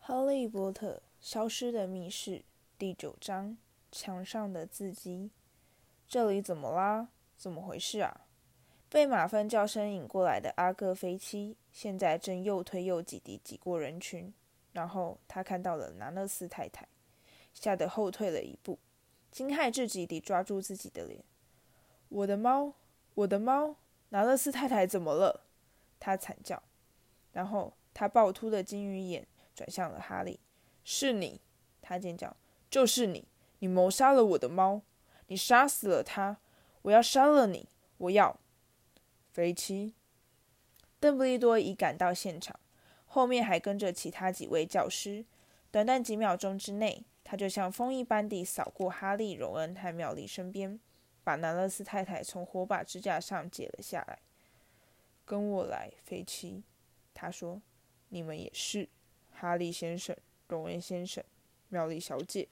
哈利波特消失的密室第9章，墙上的字迹。这里怎么啦？怎么回事啊？被马粪叫声引过来的阿戈菲奇，现在正又推又挤地挤过人群，然后他看到了拿勒斯太太，吓得后退了一步，惊骇至极地抓住自己的脸。我的猫，我的猫，拿勒斯太太怎么了？他惨叫，然后他暴突的金鱼眼转向了哈利。是你，他尖叫，就是你，你谋杀了我的猫，你杀死了它，我要杀了你，我要。飞七，邓布利多已赶到现场，后面还跟着其他几位教师。短短几秒钟之内，他就像风一般地扫过哈利、荣恩和妙丽身边，把南勒斯太太从火把支架上解了下来。跟我来，飞七，他说，你们也是，哈利先生、荣恩先生、妙丽小姐。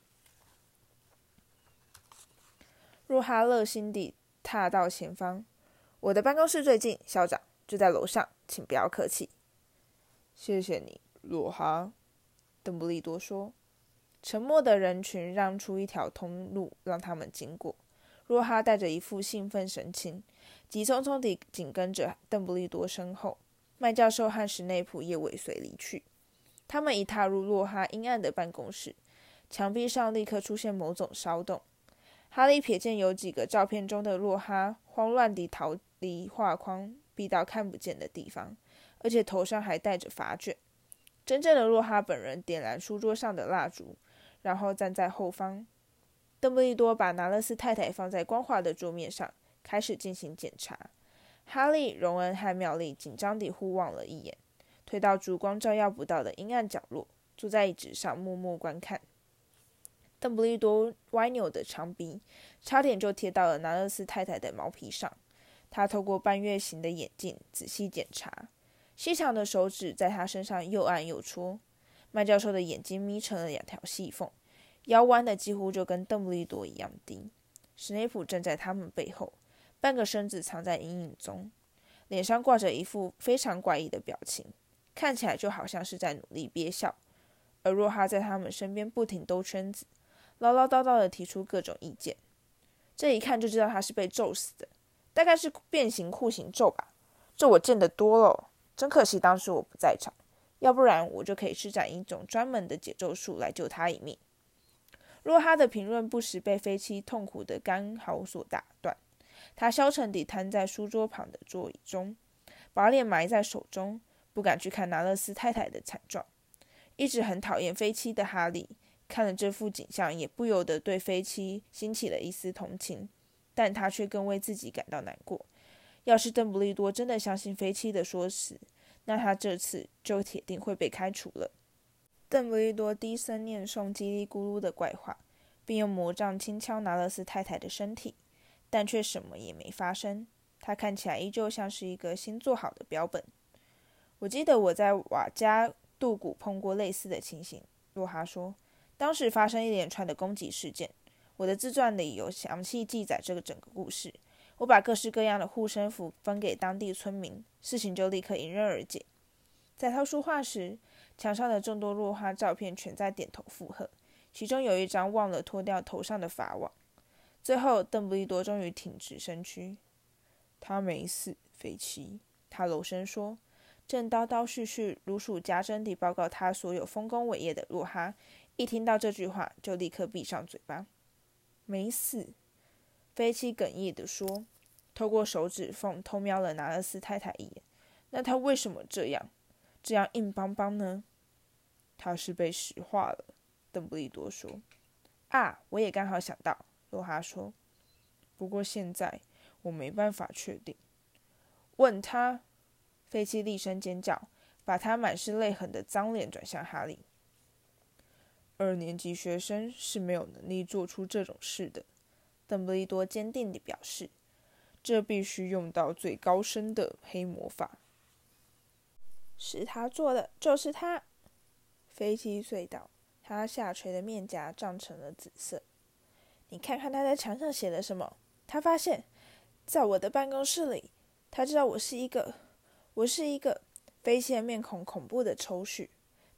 若哈热心地踏到前方。我的办公室最近，校长就在楼上，请不要客气。谢谢你，洛哈，邓布利多说。沉默的人群让出一条通路让他们经过。洛哈带着一副兴奋神情，急匆匆地紧跟着邓布利多身后。麦教授和史内普也尾随离去。他们一踏入洛哈阴暗的办公室，墙壁上立刻出现某种骚动。哈利瞥见有几个照片中的洛哈慌乱地逃离画框，避到看不见的地方，而且头上还戴着发卷。真正的洛哈本人点燃书桌上的蜡烛，然后站在后方。邓布利多把拿勒斯太太放在光滑的桌面上，开始进行检查。哈利、荣恩和妙丽紧张地互望了一眼，退到烛光照耀不到的阴暗角落，坐在椅子上默默观看。邓布利多歪扭的长鼻差点就贴到了拿勒斯太太的毛皮上。他透过半月形的眼镜仔细检查，细长的手指在他身上又按又戳。麦教授的眼睛眯成了2条细缝，腰弯的几乎就跟邓布利多一样低。史内普站在他们背后，半个身子藏在阴影中，脸上挂着一副非常怪异的表情，看起来就好像是在努力憋笑。而若哈在他们身边不停兜圈子，唠唠叨叨地提出各种意见。这一看就知道他是被咒死的，大概是变形酷刑咒吧，这我见得多了，真可惜当时我不在场，要不然我就可以施展一种专门的解咒术来救他一命。若哈的评论不时被飞七痛苦的干嚎所打断，他消沉地瘫在书桌旁的座椅中，把脸埋在手中，不敢去看拿勒斯太太的惨状。一直很讨厌飞七的哈利看了这幅景象，也不由得对飞七兴起了一丝同情，但他却更为自己感到难过。要是邓布利多真的相信飞七的说辞，那他这次就铁定会被开除了。邓布利多低声念诵叽里咕噜的怪话，并用魔杖轻敲拿勒斯太太的身体，但却什么也没发生。他看起来依旧像是一个新做好的标本。我记得我在瓦加杜谷碰过类似的情形，洛哈说。当时发生一连串的攻击事件，我的自传里有详细记载这个整个故事。我把各式各样的护身符分给当地村民，事情就立刻迎刃而解。在他说话时，墙上的众多落花照片全在点头附和，其中有一张忘了脱掉头上的法网。最后，邓布利多终于挺直身躯。他没死，飞七，他柔声说，正叨叨絮絮、如数家珍地报告他所有丰功伟业的洛哈，一听到这句话就立刻闭上嘴巴。没死，飞七哽咽地说，透过手指缝偷瞄了拿勒斯太太一眼。那他为什么这样硬邦邦呢？他是被石化了，邓布利多说。啊，我也刚好想到，洛哈说。不过现在我没办法确定。问他，飞七厉声尖叫，把他满是泪痕的脏脸转向哈利。2年级学生是没有能力做出这种事的，邓布利多坚定地表示，这必须用到最高深的黑魔法。是他做的，就是他！飞七隧道，他下垂的面颊涨成了紫色。你看看他在墙上写了什么？他发现，在我的办公室里，他知道我是一个。飞七的面孔恐怖的抽搐，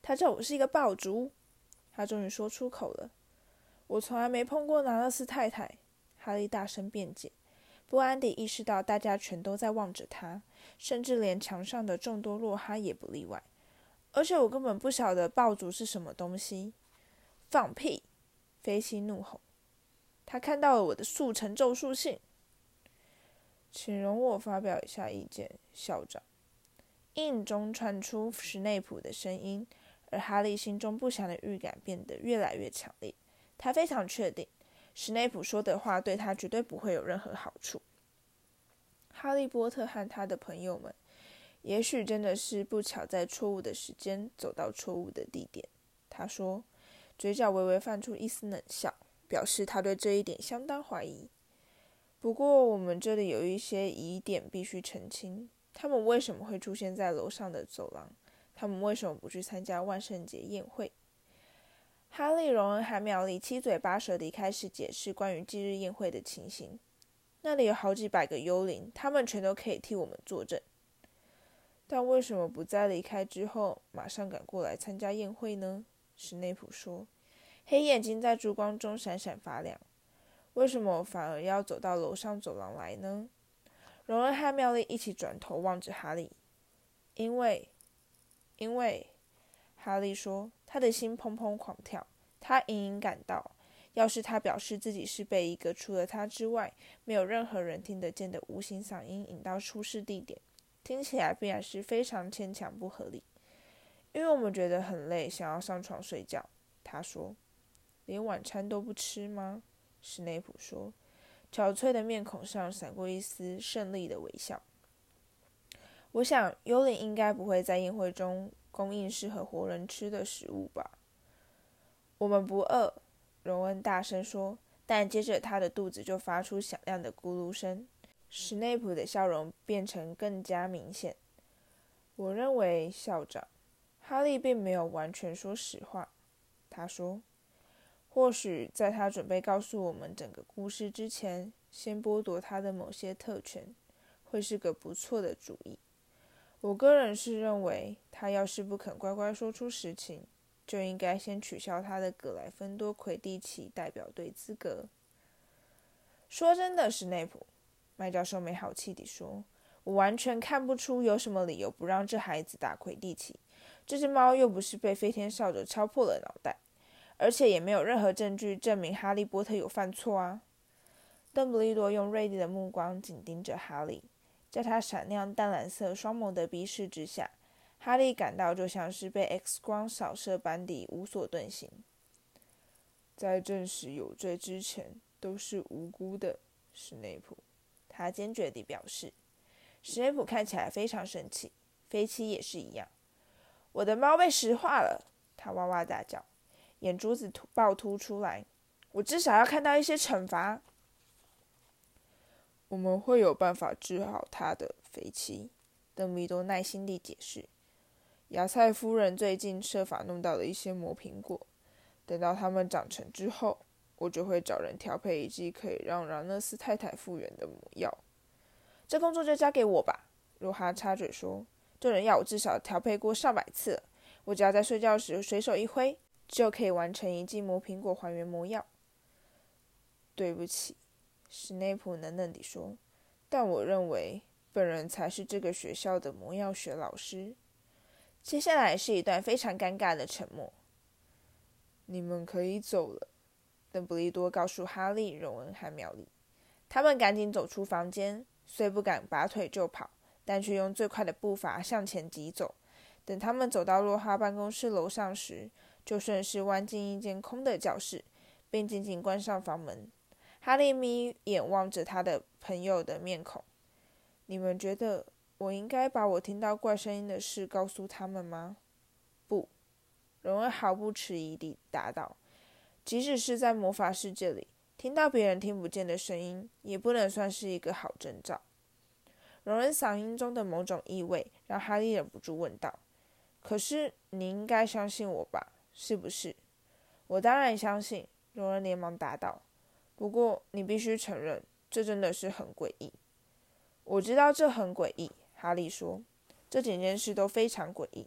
他叫我是一个爆竹。他终于说出口了。我从来没碰过拿勒斯太太，哈利大声辩解，不安地意识到大家全都在望着他，甚至连墙上的众多洛哈也不例外。而且我根本不晓得爆竹是什么东西。放屁！菲西怒吼。他看到了我的速成咒术信。请容我发表一下意见，校长。阴影中传出史内普的声音，而哈利心中不祥的预感变得越来越强烈。他非常确定，史内普说的话对他绝对不会有任何好处。哈利波特和他的朋友们，也许真的是不巧在错误的时间走到错误的地点。他说，嘴角微微泛出一丝冷笑，表示他对这一点相当怀疑。不过我们这里有一些疑点必须澄清，他们为什么会出现在楼上的走廊？他们为什么不去参加万圣节宴会？哈利、荣恩和妙丽七嘴八舌地开始解释关于忌日宴会的情形。那里有好几百个幽灵，他们全都可以替我们作证。但为什么不在离开之后马上赶过来参加宴会呢？史内普说，黑眼睛在烛光中闪闪发亮。为什么反而要走到楼上走廊来呢？荣恩和妙丽一起转头望着哈利。因为，哈利说，他的心砰砰狂跳。他隐隐感到，要是他表示自己是被一个除了他之外没有任何人听得见的无形嗓音引到出事地点，听起来必然是非常牵强不合理。因为我们觉得很累，想要上床睡觉。他说，连晚餐都不吃吗？史内普说，憔悴的面孔上闪过一丝胜利的微笑。我想，幽灵应该不会在宴会中供应适合活人吃的食物吧？我们不饿，荣恩大声说，但接着他的肚子就发出响亮的咕噜声。史内普的笑容变成更加明显。我认为，校长，哈利并没有完全说实话。他说，或许在他准备告诉我们整个故事之前，先剥夺他的某些特权，会是个不错的主意。我个人是认为，他要是不肯乖乖说出实情，就应该先取消他的格莱芬多魁地奇代表队资格。说真的，史内普，麦教授没好气地说，我完全看不出有什么理由不让这孩子打魁地奇。这只猫又不是被飞天扫帚敲破了脑袋，而且也没有任何证据证明哈利波特有犯错啊。邓布利多用锐利的目光紧盯着哈利，在他闪亮淡蓝色双眸的逼视之下，哈利感到就像是被 X 光扫射般地无所遁形。在证实有罪之前，都是无辜的，史内普，他坚决地表示。史内普看起来非常生气，菲奇也是一样。我的猫被石化了，他哇哇大叫，眼珠子暴突出来。我至少要看到一些惩罚。我们会有办法治好他的，菲奇，邓米多耐心地解释。亚塞夫人最近设法弄到了一些魔苹果，等到它们长成之后，我就会找人调配一剂可以让拉勒斯太太复原的魔药。这工作就交给我吧，罗哈插嘴说。这人要我至少调配过上百次了，我只要在睡觉时随手一挥，就可以完成一剂魔苹果还原魔药。对不起，史内普冷冷地说，但我认为本人才是这个学校的魔药学老师。接下来是一段非常尴尬的沉默。你们可以走了，邓布利多告诉哈利、荣恩和妙丽。他们赶紧走出房间，虽不敢拔腿就跑，但却用最快的步伐向前疾走。等他们走到洛哈办公室楼上时，就顺势弯进一间空的教室，并紧紧关上房门。哈利眯眼望着他的朋友的面孔。你们觉得我应该把我听到怪声音的事告诉他们吗？不，荣恩毫不迟疑地答道。即使是在魔法世界里，听到别人听不见的声音，也不能算是一个好征兆。荣恩嗓音中的某种意味让哈利忍不住问道：可是你应该相信我吧，是不是？我当然相信，荣恩连忙答道。不过你必须承认，这真的是很诡异。我知道这很诡异，哈利说。这整件事都非常诡异，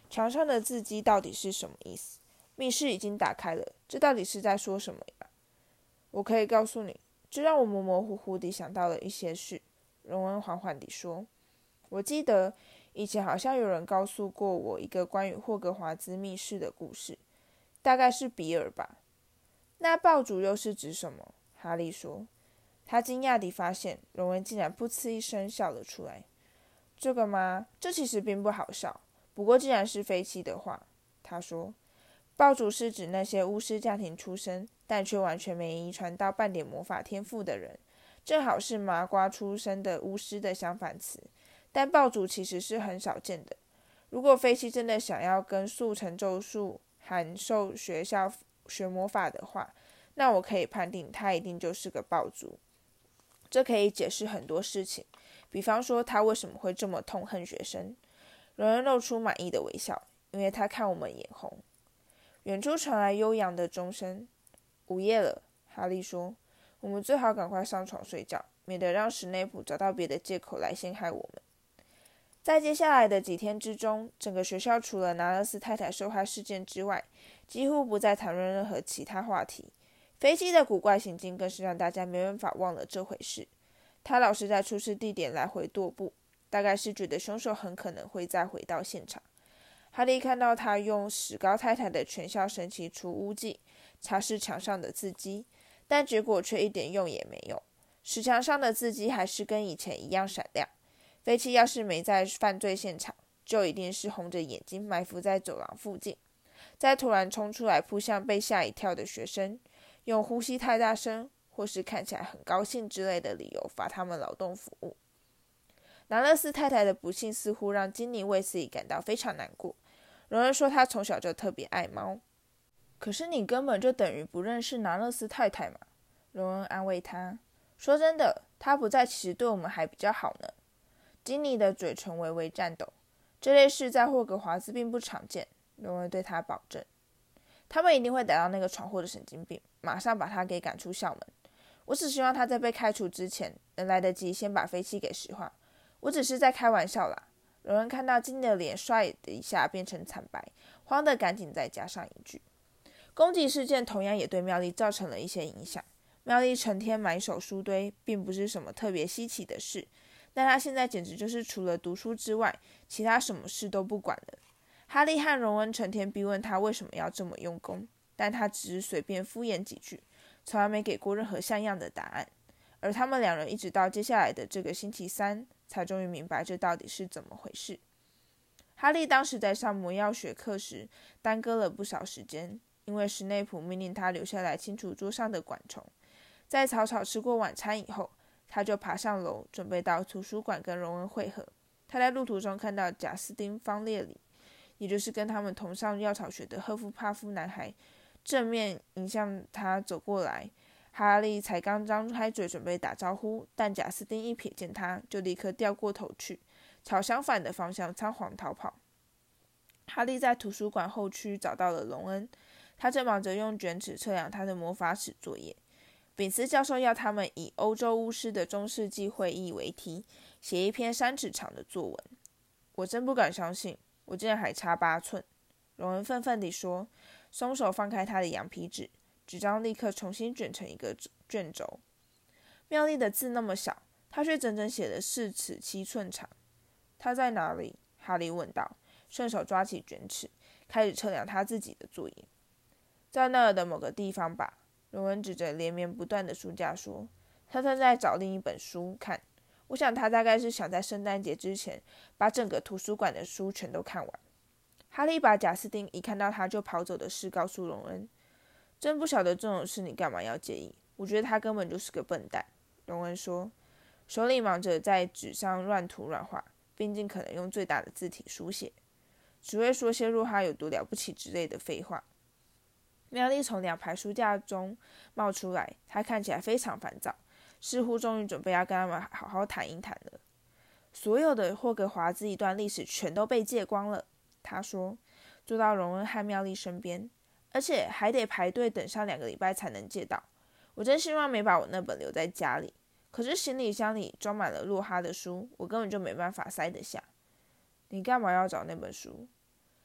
墙上的字迹到底是什么意思？密室已经打开了，这到底是在说什么呀？我可以告诉你，这让我模模糊糊地想到了一些事。荣恩缓缓地说：“我记得以前好像有人告诉过我一个关于霍格华兹密室的故事，大概是比尔吧。”那爆竹又是指什么？哈利说。他惊讶地发现，荣恩竟然噗嗤一声笑了出来。这个吗？这其实并不好笑。不过既然是飞机的话，他说，爆竹是指那些巫师家庭出身，但却完全没遗传到半点魔法天赋的人，正好是麻瓜出身的巫师的相反词。但爆竹其实是很少见的。如果飞机真的想要跟速成咒术函授学校学魔法的话，那我可以判定他一定就是个爆竹。这可以解释很多事情，比方说他为什么会这么痛恨学生。荣恩露出满意的微笑，因为他看我们眼红。远处传来悠扬的钟声。午夜了，哈利说，我们最好赶快上床睡觉，免得让史内普找到别的借口来陷害我们。在接下来的几天之中，整个学校除了拿勒斯太太受害事件之外，几乎不再谈论任何其他话题。飞机的古怪行径更是让大家没办法忘了这回事。他老是在出事地点来回踱步，大概是觉得凶手很可能会再回到现场。哈利看到他用史高太太的全校神奇除污剂擦拭墙上的字迹，但结果却一点用也没有。石墙上的字迹还是跟以前一样闪亮。飞机要是没在犯罪现场，就一定是红着眼睛埋伏在走廊附近，再突然冲出来扑向被吓一跳的学生，用呼吸太大声或是看起来很高兴之类的理由罚他们劳动服务。拿勒斯太太的不幸似乎让金妮卫斯理感到非常难过。荣恩说他从小就特别爱猫。可是你根本就等于不认识拿勒斯太太嘛，荣恩安慰他。说真的，他不在其实对我们还比较好呢。金妮的嘴唇微微颤抖。这类事在霍格华兹并不常见，荣恩对他保证。他们一定会逮到那个闯祸的神经病，马上把他给赶出校门。我只希望他在被开除之前能来得及先把飞机给石化。我只是在开玩笑啦。荣恩看到金妮的脸唰的一下变成惨白，慌得赶紧再加上一句。攻击事件同样也对妙丽造成了一些影响。妙丽成天埋首书堆，并不是什么特别稀奇的事，但她现在简直就是除了读书之外，其他什么事都不管了。哈利和荣恩成天逼问他为什么要这么用功，但他只是随便敷衍几句，从来没给过任何像样的答案。而他们两人一直到接下来的这个星期三，才终于明白这到底是怎么回事。哈利当时在上魔药学课时，耽搁了不少时间，因为史内普命令他留下来清除桌上的管虫。在草草吃过晚餐以后，他就爬上楼，准备到图书馆跟荣恩会合。他在路途中看到贾斯汀·方列里，也就是跟他们同上药草学的赫夫帕夫男孩，正面迎向他走过来。哈利才刚张开嘴准备打招呼，但贾斯汀一瞥见他，就立刻掉过头去，朝相反的方向仓皇逃跑。哈利在图书馆后区找到了隆恩，他正忙着用卷尺测量他的魔法史作业。秉斯教授要他们以欧洲巫师的中世纪会议为题，写一篇3尺长的作文。我真不敢相信，我竟然还差8寸。荣恩愤愤地说，松手放开他的羊皮纸，纸张立刻重新卷成一个卷轴。妙丽的字那么小，他却整整写了4尺7寸长。他在哪里？哈利问道，顺手抓起卷尺，开始测量他自己的作业。在那儿的某个地方吧。荣恩指着连绵不断的书架说，他正在找另一本书看。我想他大概是想在圣诞节之前把整个图书馆的书全都看完。哈利把贾斯汀一看到他就跑走的事告诉荣恩。真不晓得这种事你干嘛要介意，我觉得他根本就是个笨蛋。荣恩说，手里忙着在纸上乱涂乱画，并尽可能用最大的字体书写，只会说些若他有多了不起之类的废话。妙丽从2排书架中冒出来，她看起来非常烦躁，似乎终于准备要跟他们好好谈一谈了。所有的霍格华兹一段历史全都被借光了，她说，坐到荣恩和妙丽身边，而且还得排队等上2个礼拜才能借到。我真希望没把我那本留在家里，可是行李箱里装满了洛哈的书，我根本就没办法塞得下。你干嘛要找那本书？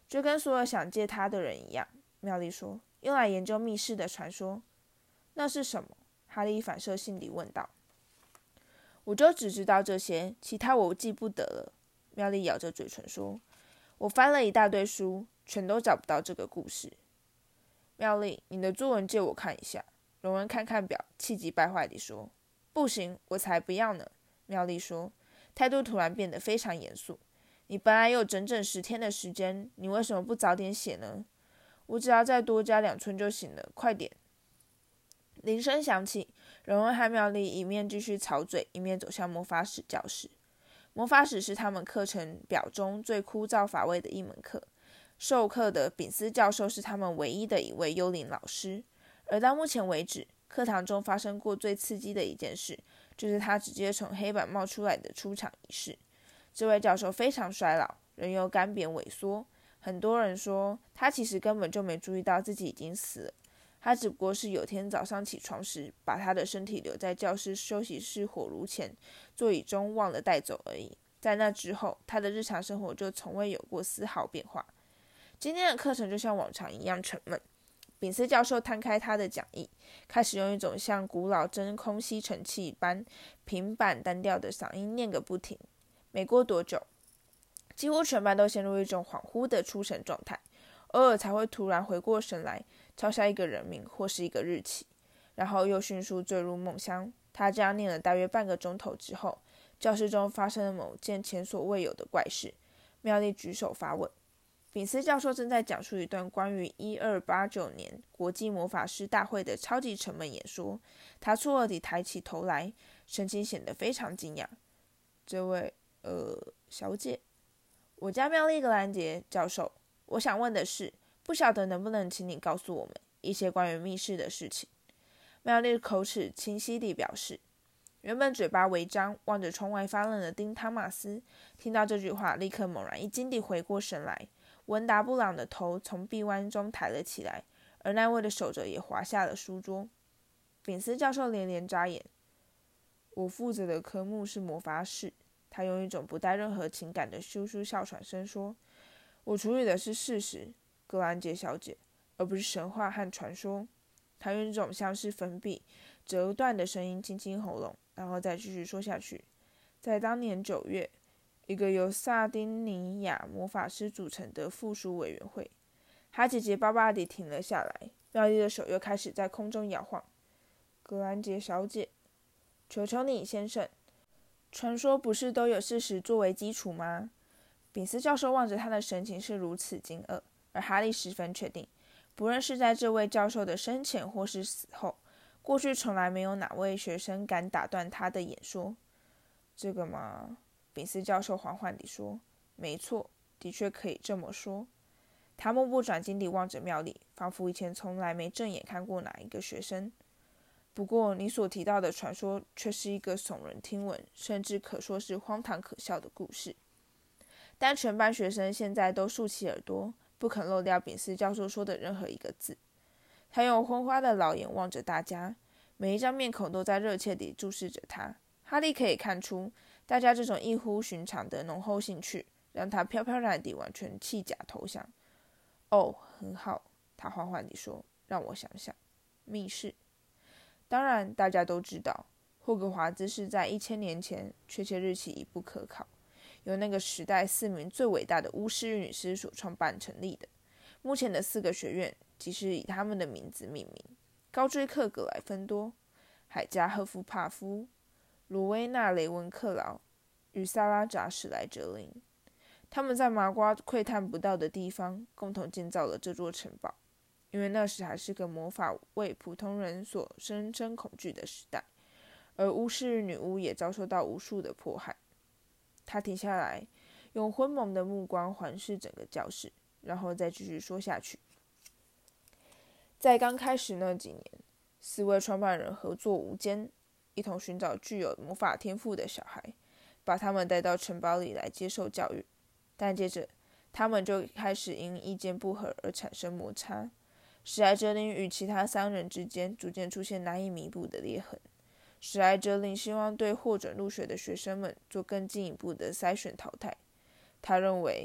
就跟所有想借它的人一样。妙丽说，用来研究密室的传说。那是什么？哈利反射性地问道。我就只知道这些，其他我记不得了。妙丽咬着嘴唇说，我翻了一大堆书，全都找不到这个故事。妙丽，你的作文借我看一下。荣恩看看表，气急败坏地说。不行，我才不要呢。妙丽说，态度突然变得非常严肃。你本来有整整10天的时间，你为什么不早点写呢？我只要再多加2寸就行了，快点。铃声响起，荣恩和妙丽一面继续吵嘴，一面走向魔法史教室。魔法史是他们课程表中最枯燥乏味的一门课，授课的炳斯教授是他们唯一的一位幽灵老师，而到目前为止，课堂中发生过最刺激的一件事，就是他直接从黑板冒出来的出场仪式。这位教授非常衰老，人又干瘪萎缩，很多人说他其实根本就没注意到自己已经死了，他只不过是有天早上起床时，把他的身体留在教室休息室火炉前座椅中忘了带走而已。在那之后，他的日常生活就从未有过丝毫变化。今天的课程就像往常一样沉闷。炳斯教授摊开他的讲义，开始用一种像古老真空吸尘器般平板单调的嗓音念个不停。没过多久，几乎全班都陷入一种恍惚的出神状态，偶尔才会突然回过神来，抄下一个人名或是一个日期，然后又迅速坠入梦乡。他这样念了大约半个钟头之后，教室中发生了某件前所未有的怪事。妙丽举手发问。炳斯教授正在讲述一段关于1289年国际魔法师大会的超级沉闷演说。他错愕地抬起头来，神情显得非常惊讶。这位小姐，我叫妙丽·格兰杰教授。我想问的是，不晓得能不能请你告诉我们一些关于密室的事情。妙丽口齿清晰地表示。原本嘴巴微张，望着窗外发愣的丁·汤马斯，听到这句话，立刻猛然一惊地回过神来。文达布朗的头从臂弯中抬了起来，而那位的手肘也滑下了书桌。炳斯教授连连眨眼。我负责的科目是魔法史。他用一种不带任何情感的咻咻哮喘声说：“我处理的是事实，格兰杰小姐，而不是神话和传说。”他用一种像是粉笔折断的声音轻轻喉咙，然后再继续说下去。在当年9月，一个由萨丁尼亚魔法师组成的附属委员会，他结结巴巴地停了下来，妙丽的手又开始在空中摇晃。格兰杰小姐，求求你，先生。传说不是都有事实作为基础吗？炳斯教授望着他的神情是如此惊愕，而哈利十分确定，不论是在这位教授的生前或是死后，过去从来没有哪位学生敢打断他的演说。这个嘛，炳斯教授缓缓地说，没错，的确可以这么说。他目不转睛地望着妙丽，仿佛以前从来没正眼看过哪一个学生。不过你所提到的传说却是一个耸人听闻，甚至可说是荒唐可笑的故事。但全班学生现在都竖起耳朵，不肯漏掉炳斯教授说的任何一个字。他用昏花的老眼望着大家，每一张面孔都在热切地注视着他。哈利可以看出，大家这种异乎寻常的浓厚兴趣，让他飘飘然地完全弃甲投降。哦，很好，他缓缓地说，让我想想，密室。当然，大家都知道，霍格华兹是在1000年前，确切日期已不可考，由那个时代4名最伟大的巫师与女师所创办成立的。目前的4个学院即是以他们的名字命名：高追克·格莱芬多、海加·赫夫帕夫、罗威纳·雷文克劳与萨拉扎·史莱哲林。他们在麻瓜窥探不到的地方共同建造了这座城堡。因为那时还是个魔法为普通人所深深恐惧的时代，而巫师与女巫也遭受到无数的迫害。他停下来，用昏蒙的目光环视整个教室，然后再继续说下去。在刚开始那几年，4位创办人合作无间，一同寻找具有魔法天赋的小孩，把他们带到城堡里来接受教育。但接着，他们就开始因意见不合而产生摩擦。史莱哲林与其他3人之间逐渐出现难以弥补的裂痕。史莱哲林希望对获准入学的学生们做更进一步的筛选淘汰。他认为，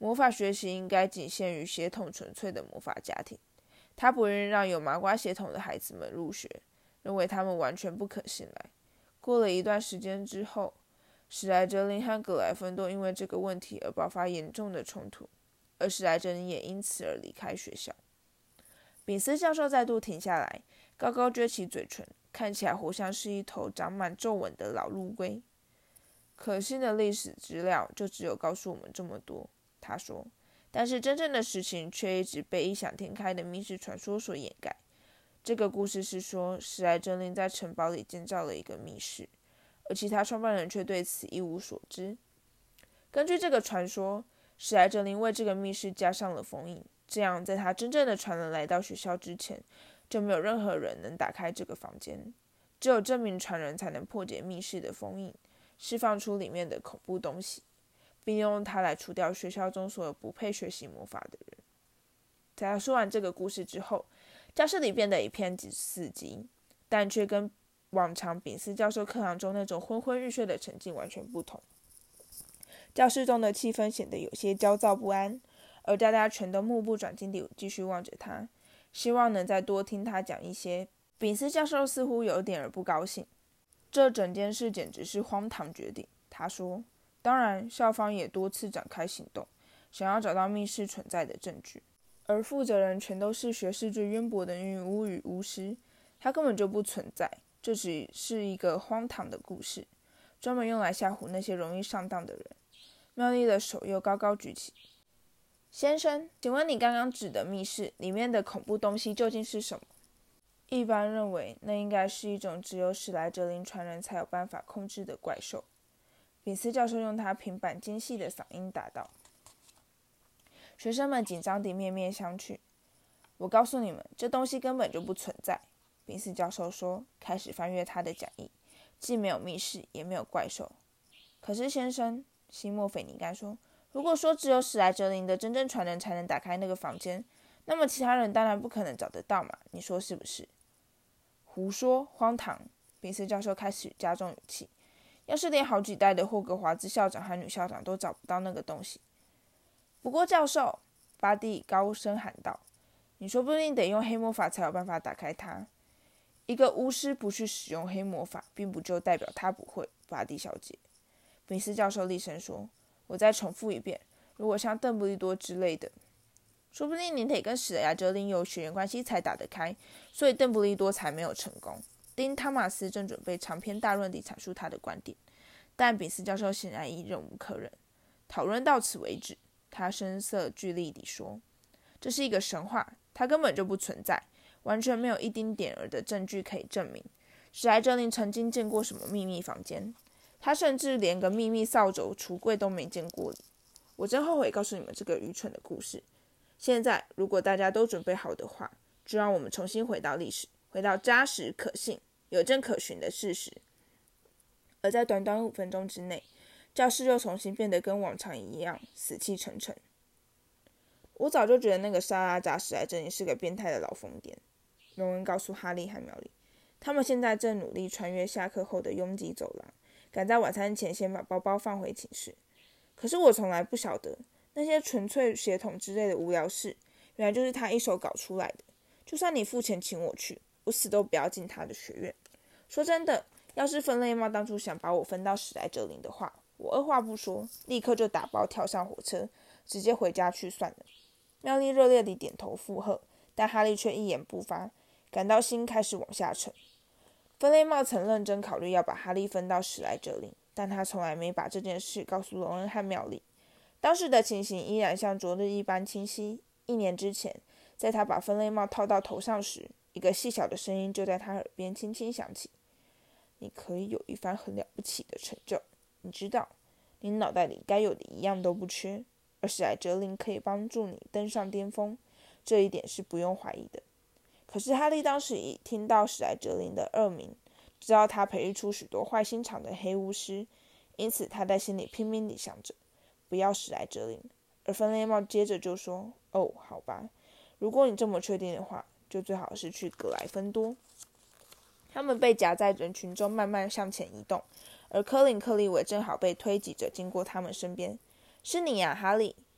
魔法学习应该仅限于血统纯粹的魔法家庭。他不愿让有麻瓜血统的孩子们入学，认为他们完全不可信赖。过了一段时间之后，史莱哲林和格莱芬多因为这个问题而爆发严重的冲突，而史莱哲林也因此而离开学校。炳斯教授再度停下来，高高撅起嘴唇，看起来活像是一头长满皱纹的老陆龟。可信的历史资料就只有告诉我们这么多，他说，但是真正的事情却一直被异想天开的密室传说所掩盖。这个故事是说，史莱哲林在城堡里建造了一个密室，而其他创办人却对此一无所知。根据这个传说，史莱哲林为这个密室加上了封印，这样在他真正的传人来到学校之前，就没有任何人能打开这个房间。只有这名传人才能破解密室的封印，释放出里面的恐怖东西，并用它来除掉学校中所有不配学习魔法的人。在他说完这个故事之后，教室里变得一片死寂，但却跟往常炳斯教授课堂中那种昏昏欲睡的沉静完全不同。教室中的气氛显得有些焦躁不安，而大家全都目不转睛地继续望着他，希望能再多听他讲一些。炳斯教授似乎有点儿不高兴，这整件事简直是荒唐绝顶。他说，当然校方也多次展开行动，想要找到密室存在的证据，而负责人全都是学识最渊博的女巫与巫师，它根本就不存在，这只是一个荒唐的故事，专门用来吓唬那些容易上当的人。妙丽的手又高高举起。先生，请问你刚刚指的密室里面的恐怖东西究竟是什么？一般认为那应该是一种只有史莱哲林传人才有办法控制的怪兽。炳斯教授用他平板尖细的嗓音答道。学生们紧张地面面相觑。我告诉你们，这东西根本就不存在，炳斯教授说，开始翻阅他的讲义，既没有密室，也没有怪兽。可是先生，西莫菲尼甘说，如果说只有史莱哲林的真正传人才能打开那个房间，那么其他人当然不可能找得到嘛，你说是不是？胡说，荒唐！炳斯教授开始加重语气。要是连好几代的霍格华兹校长和女校长都找不到那个东西。不过教授，巴蒂高声喊道，你说不定得用黑魔法才有办法打开它。一个巫师不去使用黑魔法，并不就代表他不会，巴蒂小姐。炳斯教授厉声说，我再重复一遍，如果像邓布利多之类的，说不定你得跟史莱哲林有血缘关系才打得开，所以邓布利多才没有成功。丁·汤马斯正准备长篇大论地阐述他的观点，但炳斯教授显然已忍无可忍。讨论到此为止，他声色俱厉地说，这是一个神话，它根本就不存在，完全没有一丁点儿的证据可以证明史莱哲林曾经见过什么秘密房间，他甚至连个秘密扫帚橱柜都没见过。我真后悔告诉你们这个愚蠢的故事。现在如果大家都准备好的话，就让我们重新回到历史，回到扎实可信有证可循的事实。而在短短5分钟之内，教室又重新变得跟往常一样死气沉沉。我早就觉得那个沙拉扎史莱哲林是个变态的老疯癫，荣恩告诉哈利和苗丽，他们现在正努力穿越下课后的拥挤走廊，赶在晚餐前先把包包放回寝室。可是我从来不晓得那些纯粹血统之类的无聊事，原来就是他一手搞出来的。就算你付钱请我去，我死都不要进他的学院。说真的，要是分类帽当初想把我分到史莱哲林的话，我二话不说，立刻就打包跳上火车，直接回家去算了。妙丽热烈地点头附和，但哈利却一言不发，感到心开始往下沉。分类帽曾认真考虑要把哈利分到史莱哲林，但他从来没把这件事告诉荣恩和妙丽。当时的情形依然像昨日一般清晰。1年之前，在他把分类帽套到头上时，一个细小的声音就在他耳边轻轻响起，你可以有一番很了不起的成就，你知道，你脑袋里该有的一样都不缺，而史莱哲林可以帮助你登上巅峰，这一点是不用怀疑的。可是哈利当时已听到史莱哲林的恶名，知道他培育出许多坏心肠的黑巫师，因此他在心里拼命地想着，不要史莱哲林。而分类帽接着就说，哦，好吧，如果你这么确定的话，就最好是去格莱芬多。他们被夹在人群中慢慢向前移动，而克林克利韦正好被推挤着经过他们身边。是你呀，哈利。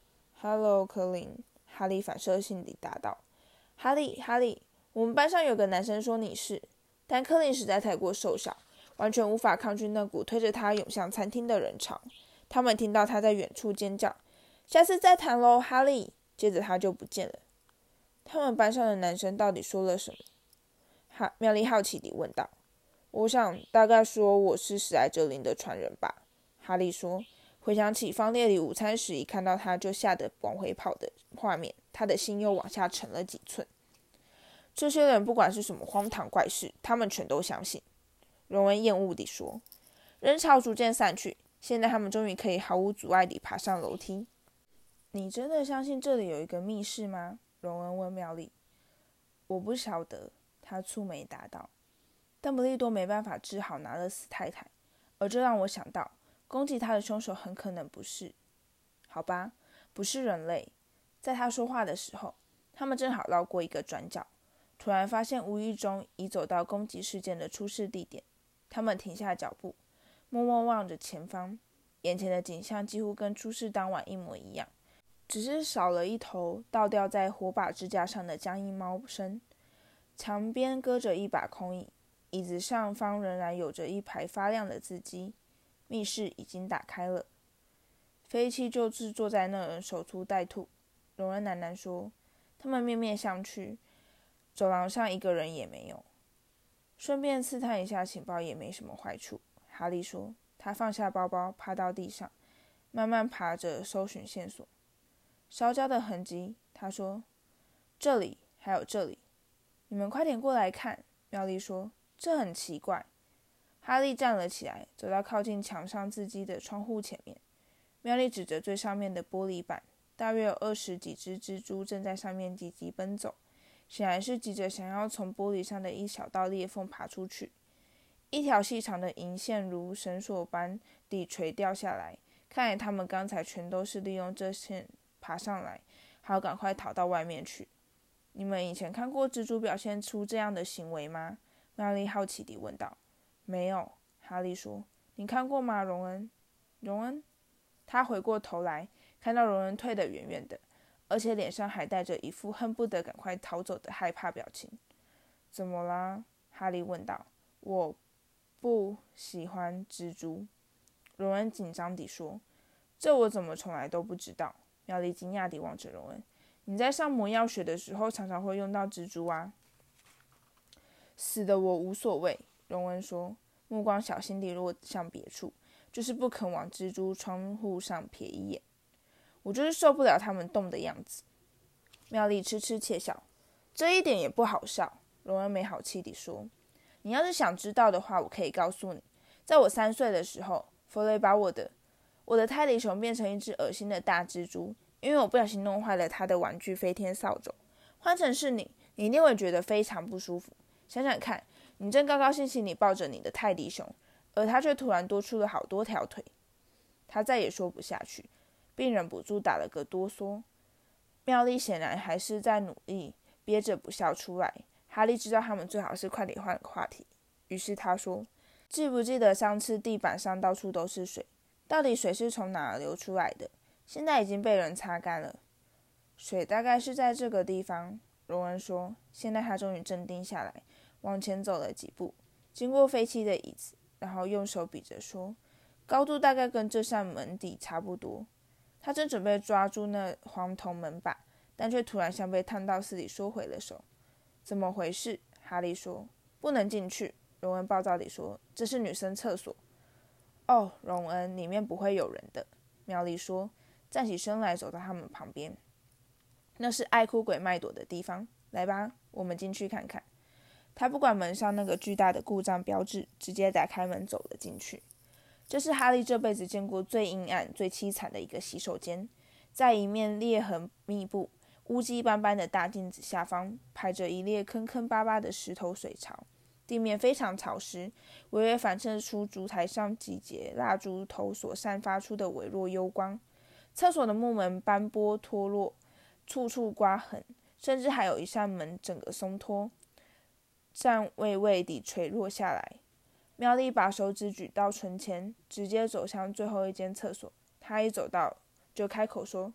Hello， 科林。哈利反射性地答道。哈利，我们班上有个男生说你是，但科林实在太过瘦小，完全无法抗拒那股推着他涌向餐厅的人潮。他们听到他在远处尖叫：“下次再谈喽，哈利！”接着他就不见了。他们班上的男生到底说了什么？妙丽好奇地问道。我想大概说我是史莱哲林的传人吧，哈利说。回想起放列里午餐时一看到他就吓得往回跑的画面，他的心又往下沉了几寸。这些人不管是什么荒唐怪事，他们全都相信。荣恩厌恶地说。人潮逐渐散去，现在他们终于可以毫无阻碍地爬上楼梯。你真的相信这里有一个密室吗？荣恩问妙丽。我不晓得，他蹙眉答道。邓布利多没办法治好拿勒斯太太，而这让我想到，攻击他的凶手很可能不是，好吧，不是人类。在他说话的时候，他们正好绕过一个转角，突然发现无意中已走到攻击事件的出事地点。他们停下脚步，默默望着前方，眼前的景象几乎跟出事当晚一模一样，只是少了一头倒吊在火把支架上的僵硬猫身。墙边搁着一把空椅，椅子上方仍然有着一排发亮的字迹。密室已经打开了。飞七就是坐在那儿守株待兔，荣恩喃喃说。他们面面相觑，走廊上一个人也没有。顺便刺探一下情报也没什么坏处，哈利说。他放下包包，趴到地上，慢慢爬着搜寻线索。烧焦的痕迹，他说。这里，还有这里。你们快点过来看，妙丽说。这很奇怪。哈利站了起来，走到靠近墙上字迹的窗户前面。妙丽指着最上面的玻璃板，大约有20几只蜘蛛正在上面急急奔走，显然是急着想要从玻璃上的一小道裂缝爬出去。一条细长的银线如绳索般地垂掉下来，看来他们刚才全都是利用这线爬上来，好赶快逃到外面去。你们以前看过蜘蛛表现出这样的行为吗？妙丽好奇地问道。没有，哈利说。你看过吗，荣恩？荣恩？他回过头来，看到荣恩退得远远的，而且脸上还带着一副恨不得赶快逃走的害怕表情。怎么啦？哈利问道。我不喜欢蜘蛛，荣恩紧张地说。这我怎么从来都不知道？妙丽惊讶地望着荣恩。你在上魔药学的时候常常会用到蜘蛛啊。死的我无所谓，荣恩说，目光小心地落向别处，就是不肯往蜘蛛窗户上瞥一眼。我就是受不了他们动的样子。妙丽痴痴窃笑。这一点也不好笑，荣恩没好气地说。你要是想知道的话，我可以告诉你，在我3岁的时候，弗雷把我的泰迪熊变成一只恶心的大蜘蛛，因为我不小心弄坏了他的玩具飞天扫帚。换成是你一定会觉得非常不舒服。想想看，你正高高兴兴地抱着你的泰迪熊，而他却突然多出了好多条腿。他再也说不下去，并忍不住打了个哆嗦。妙丽显然还是在努力憋着不笑出来。哈利知道他们最好是快点换个话题，于是他说。记不记得上次地板上到处都是水？到底水是从哪儿流出来的？现在已经被人擦干了。水大概是在这个地方，荣恩说。现在他终于镇定下来，往前走了几步，经过飞七的椅子，然后用手比着说，高度大概跟这扇门底差不多。他正准备抓住那黄铜门把，但却突然像被烫到似的收回了手。怎么回事？哈利说。不能进去，荣恩暴躁地说。这是女生厕所。哦，荣恩，里面不会有人的，妙丽说，站起身来走到他们旁边。那是爱哭鬼麦朵的地方，来吧，我们进去看看。他不管门上那个巨大的故障标志，直接打开门走了进去。这是哈利这辈子见过最阴暗、最凄惨的一个洗手间。在一面裂痕密布、污迹斑斑的大镜子下方，排着一列坑坑巴巴的石头水槽，地面非常潮湿，微微反射出烛台上几节蜡烛头所散发出的微弱幽光。厕所的木门斑驳脱落，处处刮痕，甚至还有一扇门整个松脱，颤巍巍地垂落下来。妙丽把手指举到唇前，直接走向最后一间厕所。她一走到就开口说，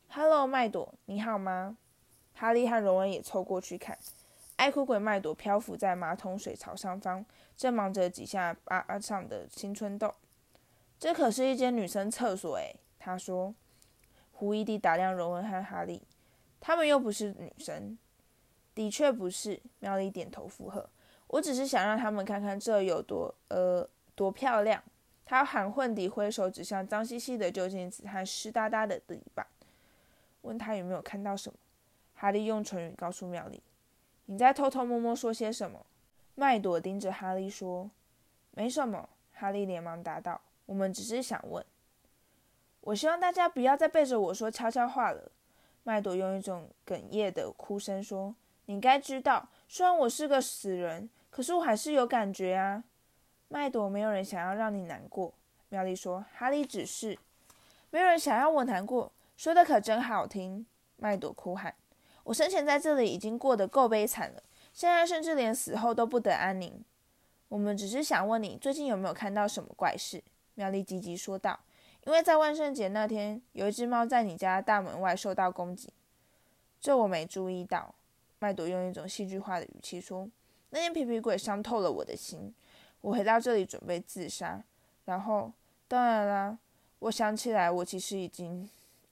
“Hello， 麦朵，你好吗？”哈利和荣恩也凑过去看。爱哭鬼麦朵漂浮在马桶水槽上方，正忙着挤下巴上的青春痘。这可是一间女生厕所诶，他说。狐疑地打量荣恩和哈利，他们又不是女生。的确不是，妙丽点头附和。我只是想让他们看看这有多漂亮。他含混地挥手指向脏兮兮的旧镜子和湿哒哒的地板，问他有没有看到什么。哈利用唇语告诉妙丽：“你在偷偷摸摸说些什么？”麦朵盯着哈利说：“没什么。”哈利连忙答道：“我们只是想问。”我希望大家不要再背着我说悄悄话了。麦朵用一种哽咽的哭声说：“你该知道，虽然我是个死人，可是我还是有感觉啊。”麦朵，没有人想要让你难过。妙丽说：“哈利只是……没有人想要我难过，说的可真好听。”麦朵哭喊：“我生前在这里已经过得够悲惨了，现在甚至连死后都不得安宁。”我们只是想问你，最近有没有看到什么怪事？妙丽积极说道。因为在万圣节那天，有一只猫在你家大门外受到攻击。这我没注意到。麦朵用一种戏剧化的语气说：“那天皮皮鬼伤透了我的心。我回到这里准备自杀，然后，当然啦，我想起来，我其实已经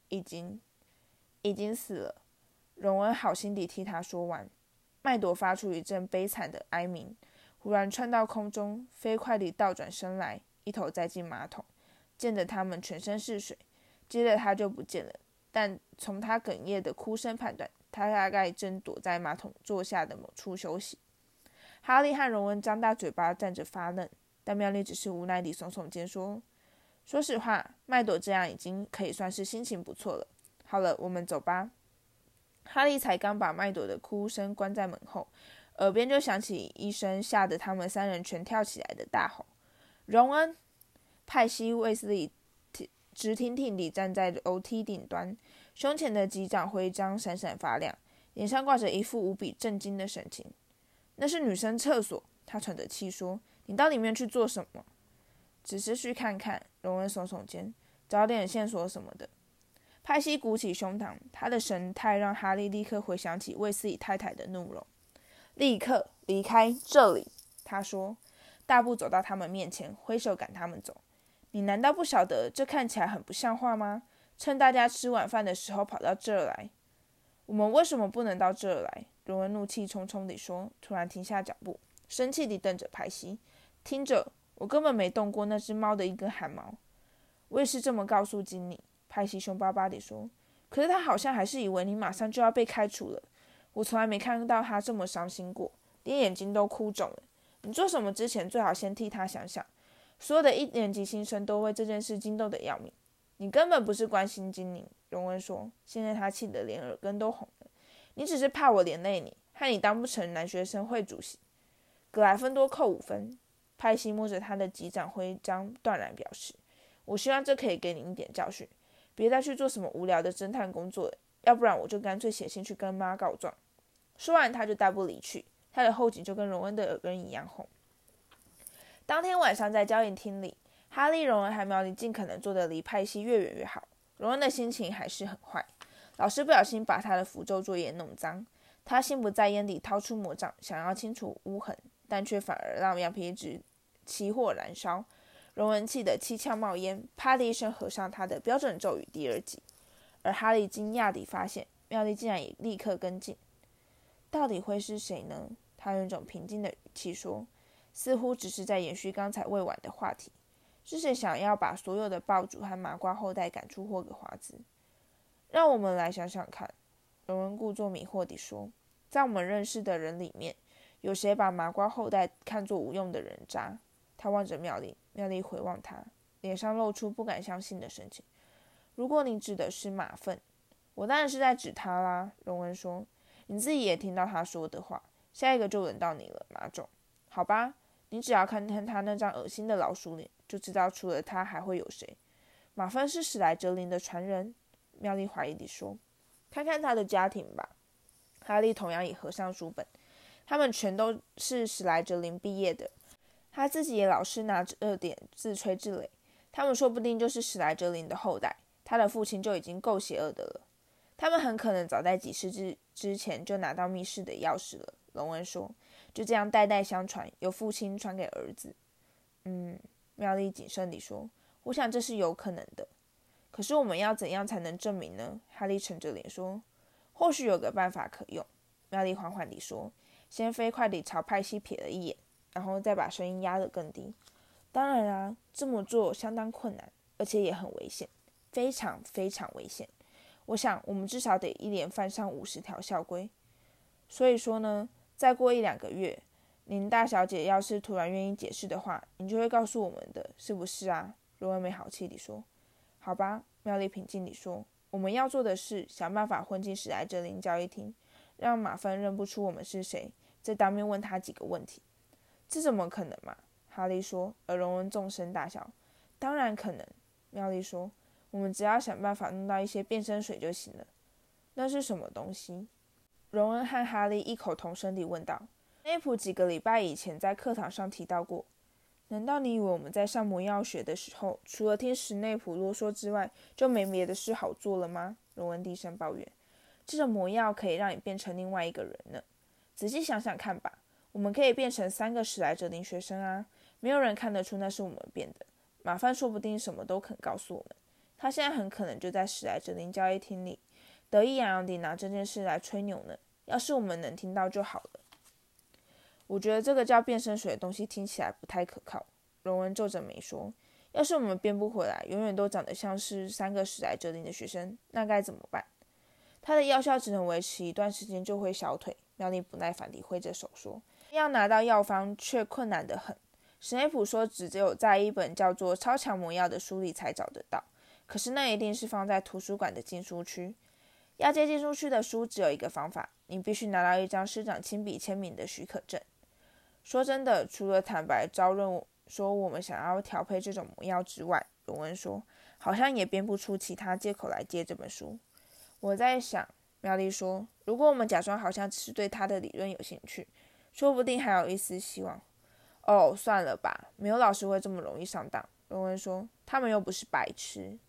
死了。”荣恩好心地替他说完。麦朵发出一阵悲惨的哀鸣，忽然窜到空中，飞快地倒转身来，一头栽进马桶。溅得他们全身是水，接着他就不见了。但从他哽咽的哭声判断，他大概正躲在马桶座下的某处休息。哈利和荣恩张大嘴巴站着发愣，但妙丽只是无奈地耸耸肩说：“说实话，麦朵这样已经可以算是心情不错了。好了，我们走吧。”哈利才刚把麦朵的哭声关在门后，耳边就响起一声吓得他们三人全跳起来的大吼：“荣恩！”派西·卫斯理直挺挺地站在楼梯顶端，胸前的击掌徽章闪闪发亮，脸上挂着一副无比震惊的神情。“那是女生厕所。”他喘着气说，“你到里面去做什么？”“只是去看看。”荣恩耸耸肩，“找点线索什么的。”派西鼓起胸膛，他的神态让哈利立刻回想起卫斯理太太的怒容。“立刻离开这里！”他说，大步走到他们面前，挥手赶他们走。“你难道不晓得这看起来很不像话吗？趁大家吃晚饭的时候跑到这儿来。”“我们为什么不能到这儿来？”荣恩怒气冲冲地说，突然停下脚步，生气地瞪着派西。“听着，我根本没动过那只猫的一根汗毛。”“我也是这么告诉经理。”派西凶巴巴地说，“可是他好像还是以为你马上就要被开除了。我从来没看到他这么伤心过，连眼睛都哭肿了。你做什么之前最好先替他想想。所有的一年级新生都为这件事惊动得要命。你根本不是关心精灵。”荣恩说，现在他气得连耳根都红了。“你只是怕我连累你，害你当不成男学生会主席。”“格莱芬多扣5分。”派西摸着他的击掌徽章断然表示，“我希望这可以给你一点教训，别再去做什么无聊的侦探工作了，要不然我就干脆写信去跟妈告状。”说完他就大步离去，他的后颈就跟荣恩的耳根一样红。当天晚上在交易厅里，哈利、荣恩和妙丽尽可能坐得离派西越远越好。荣恩的心情还是很坏，老师不小心把他的符咒作业弄脏，他心不在焉地掏出魔杖想要清除污痕，但却反而让羊皮纸起火燃烧。荣恩气得七窍冒烟，啪的一声合上他的标准咒语第2集。而哈利惊讶地发现，妙丽竟然也立刻跟进。“到底会是谁呢？”他用一种平静的语气说，似乎只是在延续刚才未完的话题。“是谁想要把所有的爆竹和麻瓜后代赶出霍格华兹？”“让我们来想想看。”荣恩故作迷惑地说，“在我们认识的人里面，有谁把麻瓜后代看作无用的人渣？”他望着妙丽，妙丽回望他，脸上露出不敢相信的神情。“如果你指的是马粪，我当然是在指他啦。”荣恩说，“你自己也听到他说的话，下一个就轮到你了，马种。好吧，你只要看看他那张恶心的老鼠脸，就知道除了他还会有谁。”“马粪是史莱哲林的传人？”妙丽怀疑地说。“看看他的家庭吧。”哈利同样也合上书本，“他们全都是史莱哲林毕业的。他自己也老是拿这点自吹自擂，他们说不定就是史莱哲林的后代，他的父亲就已经够邪恶的了。” 他们很可能早在几世之前就拿到密室的钥匙了，荣恩说，就这样代代相传，由父亲传给儿子。妙丽谨慎地说，我想这是有可能的。可是我们要怎样才能证明呢？哈利沉着脸说，或许有个办法可用。妙丽缓缓地说，先飞快地朝派西瞥了一眼，然后再把声音压得更低。当然啊，这么做相当困难，而且也很危险，非常非常危险。我想我们至少得一连犯上50条校规。所以说呢，再过1-2个月，您大小姐要是突然愿意解释的话，您就会告诉我们的，是不是啊？罗恩没好气地说。好吧，妙丽平静地说，我们要做的是想办法混进史莱哲林交易厅，让马芬认不出我们是谁，再当面问他几个问题。这怎么可能嘛？哈利说，而荣恩纵声大笑。当然可能，妙丽说，我们只要想办法弄到一些变身水就行了。那是什么东西？荣恩和哈利异口同声地问道。斯内普几个礼拜以前在课堂上提到过。难道你以为我们在上魔药学的时候，除了听史内普啰嗦之外，就没别的事好做了吗？荣恩低声抱怨。这种魔药可以让你变成另外一个人呢。仔细想想看吧，我们可以变成3个史莱哲林学生啊，没有人看得出那是我们变的。马范说不定什么都肯告诉我们，他现在很可能就在史莱哲林交易厅里，得意洋洋地拿这件事来吹牛呢。要是我们能听到就好了。我觉得这个叫变身水的东西听起来不太可靠，荣恩皱着眉说，要是我们变不回来，永远都长得像是3个史莱哲林的学生，那该怎么办？它的药效只能维持一段时间就会消退，妙丽不耐烦地挥着手说，要拿到药方却困难得很。史内普说只有在一本叫做《超强魔药》的书里才找得到，可是那一定是放在图书馆的禁书区。要借禁书区的书只有一个方法，你必须拿到一张师长亲笔签名的许可证。说真的，除了坦白招认说我们想要调配这种魔药之外，荣恩说，好像也编不出其他借口来借这本书。我在想，妙丽说，如果我们假装好像只是对他的理论有兴趣，说不定还有一丝希望。哦，算了吧，没有老师会这么容易上当。荣恩说，他们又不是白痴。